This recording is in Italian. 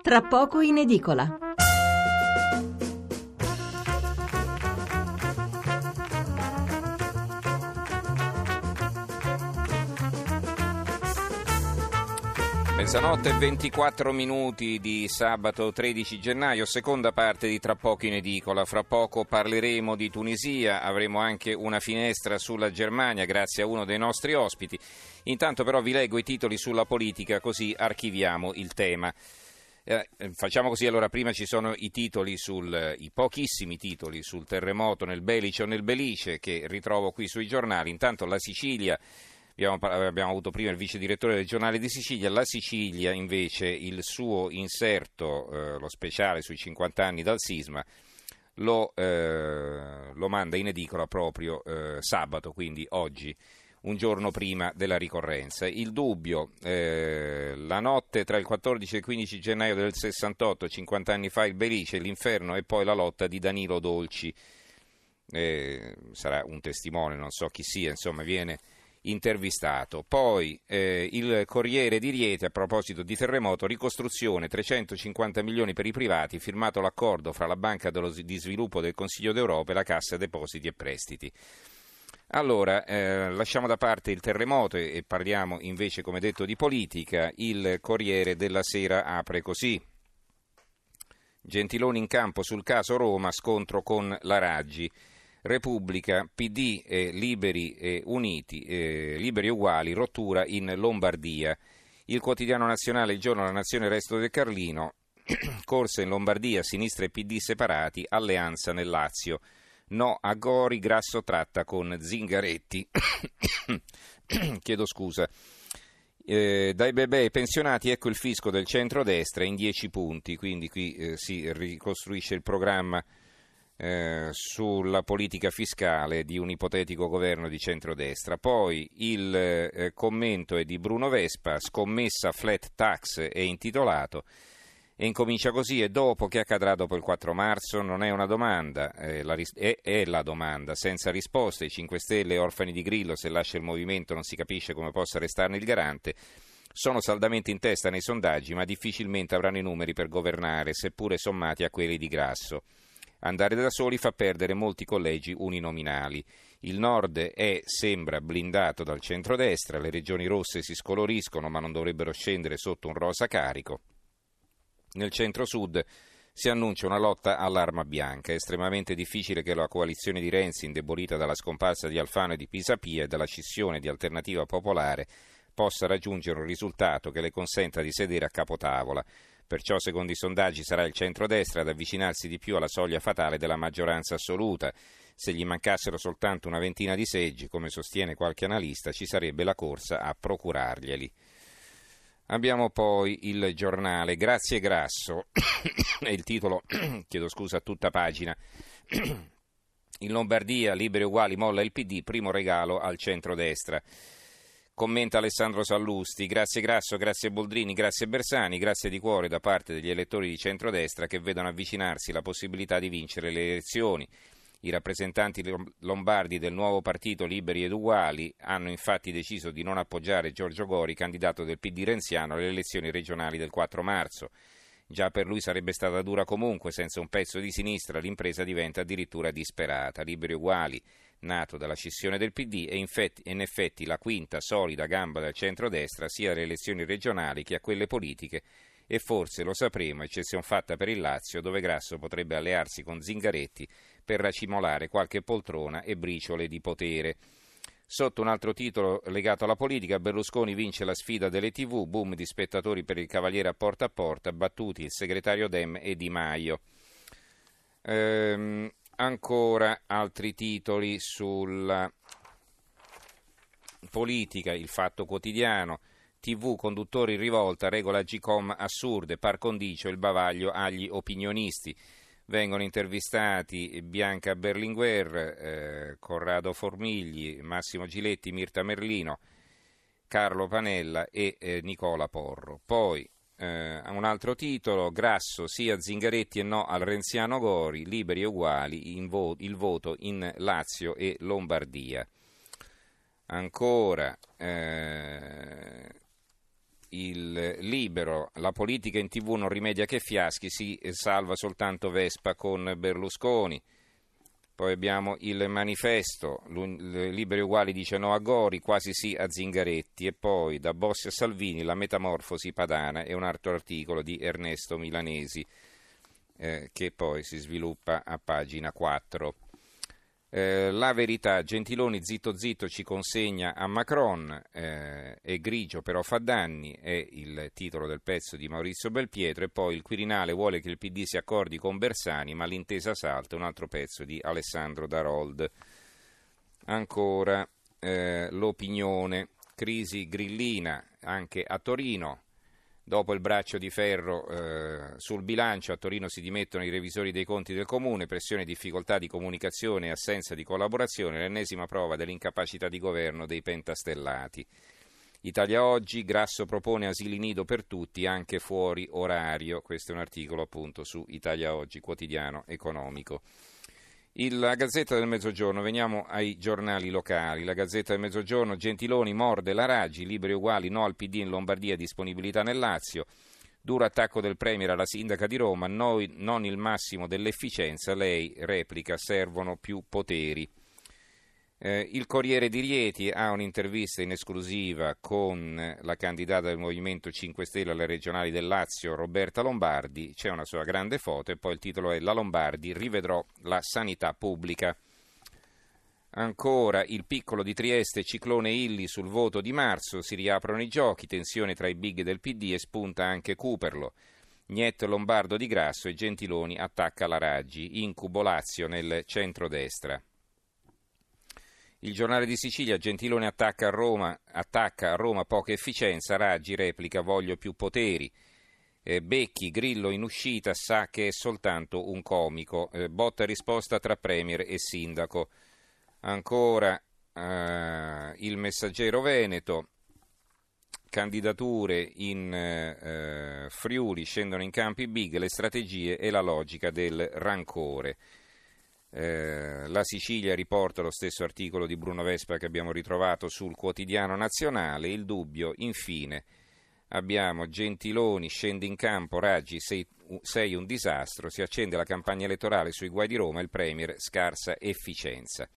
tra poco in edicola. Mezzanotte e 24 minuti di sabato 13 gennaio, seconda parte di Tra poco in edicola. Fra poco parleremo di Tunisia, avremo anche una finestra sulla Germania grazie a uno dei nostri ospiti. Intanto però vi leggo i titoli sulla politica, così archiviamo il tema. Facciamo così, allora prima ci sono i pochissimi titoli sul terremoto nel Belice o nel Belice che ritrovo qui sui giornali. Intanto la Sicilia. Abbiamo avuto prima il vice direttore del giornale di Sicilia. La Sicilia invece il suo inserto, lo speciale sui 50 anni dal sisma, lo manda in edicola proprio sabato, quindi oggi, un giorno prima della ricorrenza. Il dubbio, la notte tra il 14 e il 15 gennaio del 68, 50 anni fa il Belice, l'inferno e poi la lotta di Danilo Dolci. Sarà un testimone, non so chi sia, insomma viene intervistato. Poi il Corriere di Rieti, a proposito di terremoto, ricostruzione 350 milioni per i privati, firmato l'accordo fra la Banca di Sviluppo del Consiglio d'Europa e la Cassa Depositi e Prestiti. Allora, lasciamo da parte il terremoto e parliamo invece, come detto, di politica. Il Corriere della Sera apre così: Gentiloni in campo sul caso Roma, scontro con la Raggi. Repubblica, PD liberi e uniti, liberi e uguali, rottura in Lombardia. Il Quotidiano Nazionale, Il Giorno, La Nazione, Il Resto del Carlino, corsa in Lombardia, sinistra e PD separati, alleanza nel Lazio. No a Gori, Grasso tratta con Zingaretti. Chiedo scusa. Dai bebè ai pensionati, ecco il fisco del centrodestra in 10 punti, quindi qui si ricostruisce il programma sulla politica fiscale di un ipotetico governo di centrodestra. Poi il commento è di Bruno Vespa, scommessa flat tax è intitolato, e incomincia così: e dopo, che accadrà dopo il 4 marzo? Non è una domanda, è la domanda senza risposte. I 5 Stelle, orfani di Grillo, se lascia il movimento non si capisce come possa restarne il garante. Sono saldamente in testa nei sondaggi, ma difficilmente avranno i numeri per governare, seppure sommati a quelli di Grasso. Andare da soli fa perdere molti collegi uninominali. Il nord sembra blindato dal centrodestra, le regioni rosse si scoloriscono ma non dovrebbero scendere sotto un rosa carico. Nel centro-sud si annuncia una lotta all'arma bianca. È estremamente difficile che la coalizione di Renzi, indebolita dalla scomparsa di Alfano e di Pisapia e dalla scissione di Alternativa Popolare, possa raggiungere un risultato che le consenta di sedere a capotavola. Perciò, secondo i sondaggi, sarà il centrodestra ad avvicinarsi di più alla soglia fatale della maggioranza assoluta. Se gli mancassero soltanto una ventina di seggi, come sostiene qualche analista, ci sarebbe la corsa a procurarglieli. Abbiamo poi il giornale, Grazie Grasso, è il titolo, chiedo scusa, a tutta pagina. In Lombardia, liberi e uguali, molla il PD, primo regalo al centrodestra. Commenta Alessandro Sallusti: grazie Grasso, grazie Boldrini, grazie Bersani, grazie di cuore da parte degli elettori di centrodestra che vedono avvicinarsi la possibilità di vincere le elezioni. I rappresentanti lombardi del nuovo partito Liberi ed Uguali hanno infatti deciso di non appoggiare Giorgio Gori, candidato del PD renziano, alle elezioni regionali del 4 marzo. Già per lui sarebbe stata dura comunque, senza un pezzo di sinistra l'impresa diventa addirittura disperata. Liberi e Uguali, nato dalla scissione del PD, è in effetti la quinta solida gamba del centrodestra sia alle elezioni regionali che a quelle politiche, e forse lo sapremo, eccezion fatta per il Lazio, dove Grasso potrebbe allearsi con Zingaretti per racimolare qualche poltrona e briciole di potere. Sotto un altro titolo legato alla politica, Berlusconi vince la sfida delle TV, boom di spettatori per il Cavaliere a porta, battuti il segretario Dem e Di Maio. Ancora altri titoli sulla politica, Il Fatto Quotidiano, TV, conduttori in rivolta, regola Agcom assurde, par condicio il bavaglio agli opinionisti. Vengono intervistati Bianca Berlinguer, Corrado Formigli, Massimo Giletti, Mirta Merlino, Carlo Panella e Nicola Porro. Poi un altro titolo, Grasso, sì a Zingaretti e no al renziano Gori, liberi e uguali, il voto in Lazio e Lombardia. Ancora il Libero, la politica in TV non rimedia che fiaschi, si salva soltanto Vespa con Berlusconi. Poi abbiamo il Manifesto, Liberi Uguali dice no a Gori, quasi sì a Zingaretti, e poi da Bossi a Salvini la metamorfosi padana e un altro articolo di Ernesto Milanesi che poi si sviluppa a pagina 4. La Verità, Gentiloni zitto zitto ci consegna a Macron, è grigio però fa danni, è il titolo del pezzo di Maurizio Belpietro, e poi il Quirinale vuole che il PD si accordi con Bersani ma l'intesa salta, un altro pezzo di Alessandro Darold. Ancora l'Opinione, crisi grillina anche a Torino. Dopo il braccio di ferro sul bilancio, a Torino si dimettono i revisori dei conti del comune, pressione e difficoltà di comunicazione e assenza di collaborazione, l'ennesima prova dell'incapacità di governo dei pentastellati. Italia Oggi, Grasso propone asili nido per tutti, anche fuori orario. Questo è un articolo appunto su Italia Oggi, quotidiano economico. La Gazzetta del Mezzogiorno, veniamo ai giornali locali. La Gazzetta del Mezzogiorno, Gentiloni morde la Raggi, Liberi Uguali no al PD in Lombardia, disponibilità nel Lazio. Duro attacco del Premier alla sindaca di Roma, noi non il massimo dell'efficienza, lei replica, servono più poteri. Il Corriere di Rieti ha un'intervista in esclusiva con la candidata del Movimento 5 Stelle alle regionali del Lazio, Roberta Lombardi, c'è una sua grande foto e poi il titolo è La Lombardi, rivedrò la sanità pubblica. Ancora il Piccolo di Trieste, Ciclone Illy sul voto di marzo, si riaprono i giochi, tensione tra i big del PD e spunta anche Cooperlo. Niet Lombardo di Grasso e Gentiloni attacca la Raggi, incubo Lazio nel centrodestra. Il Giornale di Sicilia, Gentiloni attacca a Roma poca efficienza, Raggi replica voglio più poteri. Becchi, Grillo in uscita, sa che è soltanto un comico, botta e risposta tra Premier e Sindaco. Ancora il Messaggero Veneto, candidature in Friuli, scendono in campo i big, le strategie e la logica del rancore. La Sicilia riporta lo stesso articolo di Bruno Vespa che abbiamo ritrovato sul Quotidiano Nazionale. Il Dubbio, infine, abbiamo Gentiloni, scende in campo, Raggi, sei un disastro, si accende la campagna elettorale sui guai di Roma, il Premier scarsa efficienza.